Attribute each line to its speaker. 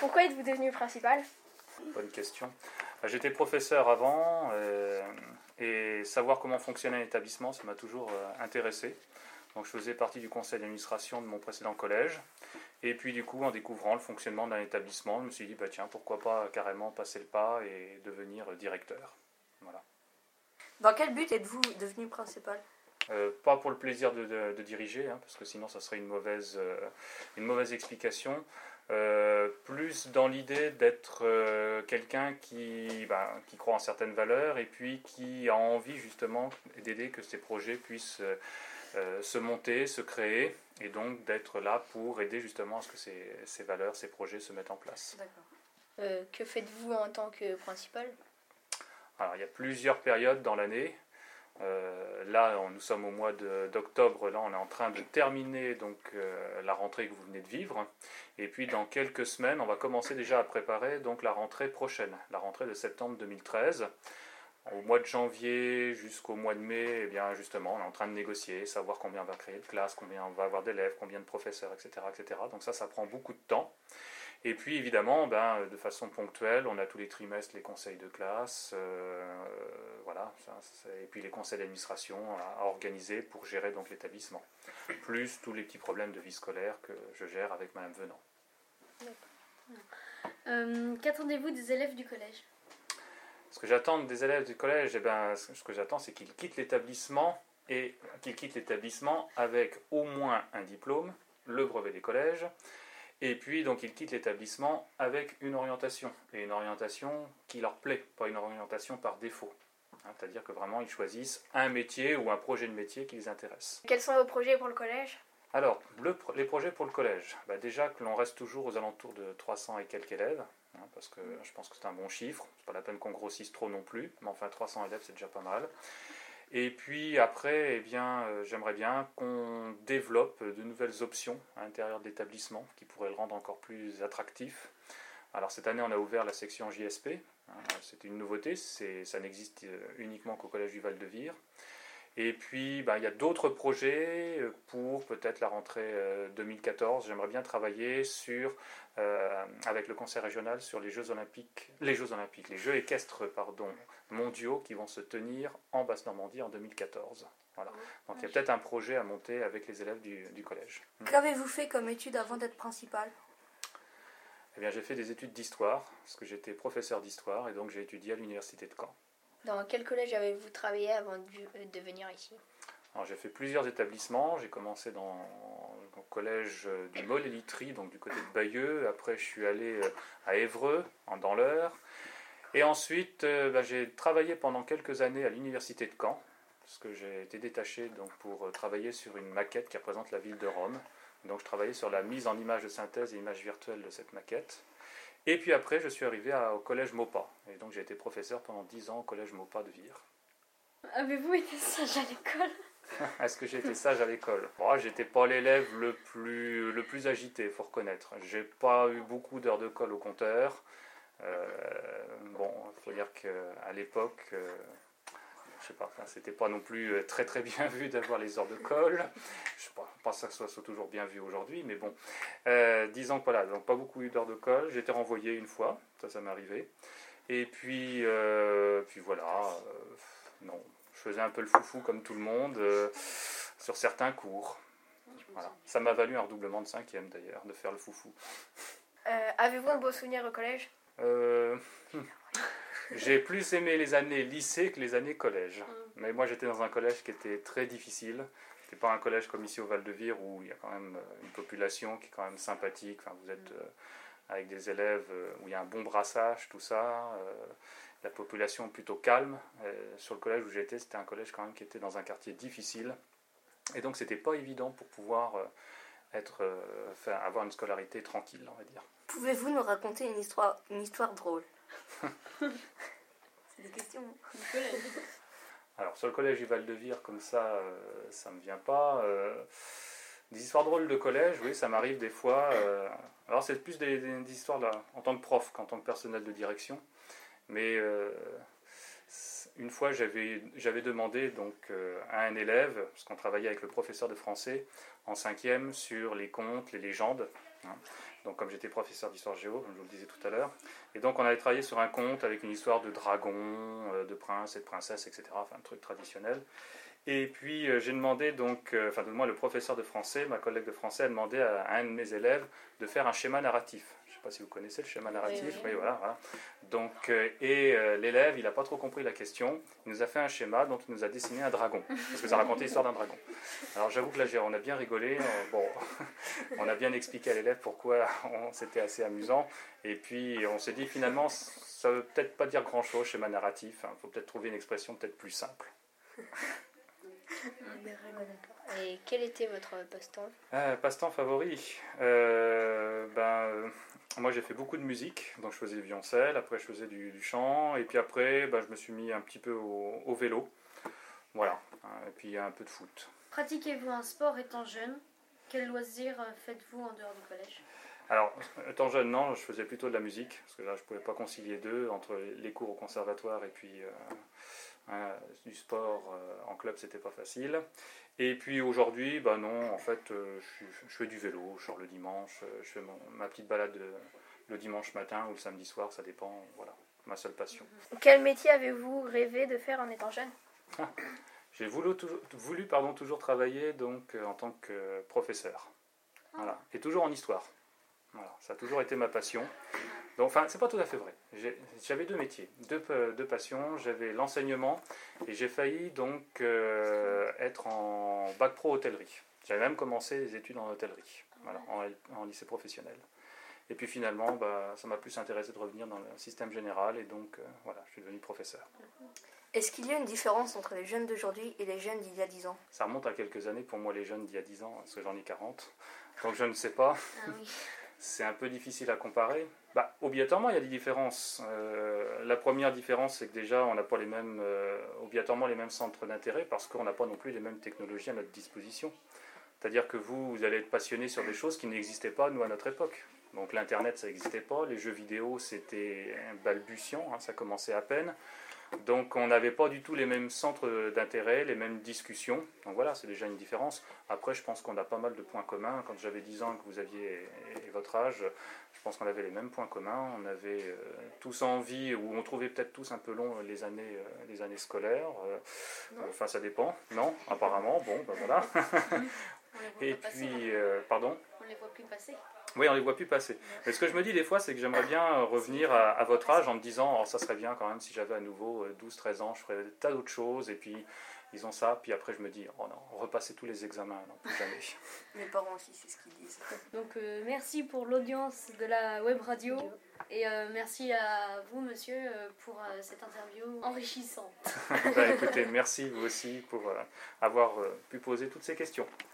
Speaker 1: Pourquoi êtes-vous devenu principal ?
Speaker 2: Bonne question. J'étais professeur avant et savoir comment fonctionnait un établissement, ça m'a toujours intéressé. Donc je faisais partie du conseil d'administration de mon précédent collège. Et puis du coup, en découvrant le fonctionnement d'un établissement, je me suis dit, tiens, pourquoi pas carrément passer le pas et devenir directeur. Voilà.
Speaker 3: Dans quel but êtes-vous devenu principal ?
Speaker 2: Pas pour le plaisir de diriger, parce que sinon ça serait une mauvaise explication. Plus dans l'idée d'être quelqu'un qui croit en certaines valeurs et puis qui a envie justement d'aider que ces projets puissent se monter, se créer, et donc d'être là pour aider justement à ce que ces valeurs, ces projets se mettent en place.
Speaker 1: D'accord. Que faites-vous en tant que principal ?
Speaker 2: Alors il y a plusieurs périodes dans l'année. Là, nous sommes au mois d'octobre, là on est en train de terminer donc, la rentrée que vous venez de vivre. Et puis dans quelques semaines, on va commencer déjà à préparer donc, la rentrée prochaine, la rentrée de septembre 2013. Au mois de janvier jusqu'au mois de mai, eh bien, justement, on est en train de négocier, savoir combien on va créer de classes, combien on va avoir d'élèves, combien de professeurs, etc. etc. Donc ça prend beaucoup de temps. Et puis évidemment, de façon ponctuelle, on a tous les trimestres les conseils de classe, voilà, et puis les conseils d'administration à organiser pour gérer donc l'établissement, plus tous les petits problèmes de vie scolaire que je gère avec Madame Venant.
Speaker 1: Qu'attendez-vous des élèves du collège ?
Speaker 2: Ce que j'attends des élèves du collège, ce que j'attends, c'est qu'ils quittent l'établissement et qu'ils quittent l'établissement avec au moins un diplôme, le brevet des collèges. Et puis, donc, ils quittent l'établissement avec une orientation, et une orientation qui leur plaît, pas une orientation par défaut. C'est-à-dire que vraiment, ils choisissent un métier ou un projet de métier qui les intéresse.
Speaker 1: Quels sont vos projets pour le collège ?
Speaker 2: Alors, les projets pour le collège, déjà que l'on reste toujours aux alentours de 300 et quelques élèves, parce que je pense que c'est un bon chiffre, c'est pas la peine qu'on grossisse trop non plus, mais enfin 300 élèves, c'est déjà pas mal. Et puis après, j'aimerais bien qu'on développe de nouvelles options à l'intérieur de l'établissement qui pourraient le rendre encore plus attractif. Alors cette année, on a ouvert la section JSP. C'est une nouveauté, ça n'existe uniquement qu'au Collège du Val-de-Vire. Et puis, il y a d'autres projets pour peut-être la rentrée 2014. J'aimerais bien travailler avec le conseil régional sur les Jeux équestres mondiaux qui vont se tenir en Basse-Normandie en 2014. Voilà. Donc il y a peut-être un projet à monter avec les élèves du collège.
Speaker 3: Qu'avez-vous fait comme études avant d'être principal ?
Speaker 2: Eh bien, j'ai fait des études d'histoire, parce que j'étais professeur d'histoire, et donc j'ai étudié à l'université de Caen.
Speaker 1: Dans quel collège avez-vous travaillé avant de venir ici ?
Speaker 2: Alors, j'ai fait plusieurs établissements. J'ai commencé au collège du Mol et Litry, donc du côté de Bayeux. Après, je suis allé à Évreux, dans l'Eure. Et ensuite, j'ai travaillé pendant quelques années à l'université de Caen, parce que j'ai été détaché pour travailler sur une maquette qui représente la ville de Rome. Donc, je travaillais sur la mise en image de synthèse et image virtuelle de cette maquette. Et puis après, je suis arrivé au collège Maupas. Et donc, j'ai été professeur pendant 10 ans au collège Maupas de Vire.
Speaker 1: Avez-vous été sage à l'école ?
Speaker 2: Est-ce que j'ai été sage à l'école ? Bon, j'étais pas l'élève le plus agité, il faut reconnaître. J'ai pas eu beaucoup d'heures de colle au compteur. Il faut dire qu'à l'époque, je sais pas, c'était pas non plus très très bien vu d'avoir les heures de colle. Je sais pas que ça soit toujours bien vu aujourd'hui, mais bon. Disons que voilà, donc pas beaucoup eu d'heures de colle. J'ai été renvoyé une fois, ça m'est arrivé. Et puis voilà, non. Je faisais un peu le foufou comme tout le monde sur certains cours. Voilà. Ça m'a valu un redoublement de 5e d'ailleurs, de faire le foufou.
Speaker 1: Avez-vous un beau souvenir au collège ?
Speaker 2: J'ai plus aimé les années lycée que les années collège. Mais moi j'étais dans un collège qui était très difficile. C'était pas un collège comme ici au Val-de-Vire où il y a quand même une population qui est quand même sympathique. Enfin, vous êtes avec des élèves où il y a un bon brassage, tout ça. La population plutôt calme. Sur le collège où j'étais, c'était un collège quand même qui était dans un quartier difficile. Et donc c'était pas évident pour pouvoir avoir une scolarité tranquille, on va dire.
Speaker 3: Pouvez-vous nous raconter une histoire drôle ? C'est des questions.
Speaker 2: Alors sur le collège du Val-de-Vire, comme ça me vient pas. Des histoires drôles de collège, oui, ça m'arrive des fois. Alors c'est plus des histoires là, en tant que prof qu'en tant que personnel de direction. Mais une fois, j'avais demandé donc, à un élève, parce qu'on travaillait avec le professeur de français en 5e sur les contes, les légendes. hein. Donc comme j'étais professeur d'histoire géo, comme je vous le disais tout à l'heure, et donc on avait travaillé sur un conte avec une histoire de dragon, de prince et de princesse, etc. Enfin un truc traditionnel. Et puis j'ai demandé donc, enfin du moins le professeur de français, ma collègue de français a demandé à un de mes élèves de faire un schéma narratif. Je ne sais pas si vous connaissez le schéma narratif, oui, voilà, voilà. Donc, l'élève, il n'a pas trop compris la question, il nous a fait un schéma dont il nous a dessiné un dragon, parce que ça racontait l'histoire d'un dragon. Alors j'avoue que là on a bien rigolé, bon, on a bien expliqué à l'élève pourquoi c'était assez amusant, et puis on s'est dit finalement ça ne veut peut-être pas dire grand-chose, schéma narratif, il faut peut-être trouver une expression peut-être plus simple.
Speaker 1: Et quel était votre passe-temps?
Speaker 2: Passe-temps favori, moi j'ai fait beaucoup de musique, donc je faisais du violoncelle, après je faisais du chant, et puis après je me suis mis un petit peu au vélo, voilà, et puis un peu de foot.
Speaker 4: Pratiquez-vous un sport étant jeune? Quels loisirs faites-vous en dehors du collège?
Speaker 2: Alors, étant jeune, non, je faisais plutôt de la musique, parce que là je ne pouvais pas concilier deux, entre les cours au conservatoire et puis du sport en club, c'était pas facile. Et puis aujourd'hui, non, en fait, je fais du vélo, je sors le dimanche, je fais ma petite balade le dimanche matin ou le samedi soir, ça dépend, voilà, ma seule passion.
Speaker 1: Quel métier avez-vous rêvé de faire en étant jeune?
Speaker 2: J'ai voulu toujours travailler donc, en tant que professeur, voilà, et toujours en histoire. Voilà, ça a toujours été ma passion. Donc, enfin, c'est pas tout à fait vrai. J'avais deux métiers, deux passions. J'avais l'enseignement et j'ai failli donc être en bac pro hôtellerie. J'avais même commencé les études en hôtellerie, voilà, en lycée professionnel. Et puis finalement, ça m'a plus intéressé de revenir dans le système général et donc voilà, je suis devenu professeur.
Speaker 3: Est-ce qu'il y a une différence entre les jeunes d'aujourd'hui et les jeunes d'il y a 10 ans?
Speaker 2: Ça remonte à quelques années pour moi, les jeunes d'il y a 10 ans, parce que j'en ai 40. Donc je ne sais pas.
Speaker 4: Ah oui.
Speaker 2: C'est un peu difficile à comparer. Obligatoirement, il y a des différences. La première différence, c'est que déjà, on n'a pas obligatoirement les mêmes centres d'intérêt parce qu'on n'a pas non plus les mêmes technologies à notre disposition. C'est-à-dire que vous allez être passionné sur des choses qui n'existaient pas, nous, à notre époque. Donc l'Internet, ça n'existait pas. Les jeux vidéo, c'était balbutiant, hein, ça commençait à peine. Donc on n'avait pas du tout les mêmes centres d'intérêt, les mêmes discussions. Donc voilà, c'est déjà une différence. Après, je pense qu'on a pas mal de points communs. Quand j'avais 10 ans, que vous aviez votre âge, je pense qu'on avait les mêmes points communs. On avait tous envie, ou on trouvait peut-être tous un peu long les années scolaires. Enfin, ça dépend. Non, apparemment. Bon, voilà. Et puis, pardon ?
Speaker 4: On les voit plus passer.
Speaker 2: Oui, on ne les voit plus passer. Mais ce que je me dis des fois, c'est que j'aimerais bien revenir à votre âge en me disant, oh, ça serait bien quand même si j'avais à nouveau 12-13 ans, je ferais des tas d'autres choses, et puis ils ont ça, puis après je me dis, oh non, repasser tous les examens, non, plus jamais.
Speaker 3: Mes parents aussi, c'est ce qu'ils disent.
Speaker 4: Donc merci pour l'audience de la web radio, et merci à vous monsieur pour cette interview enrichissante.
Speaker 2: Écoutez, merci vous aussi pour avoir pu poser toutes ces questions.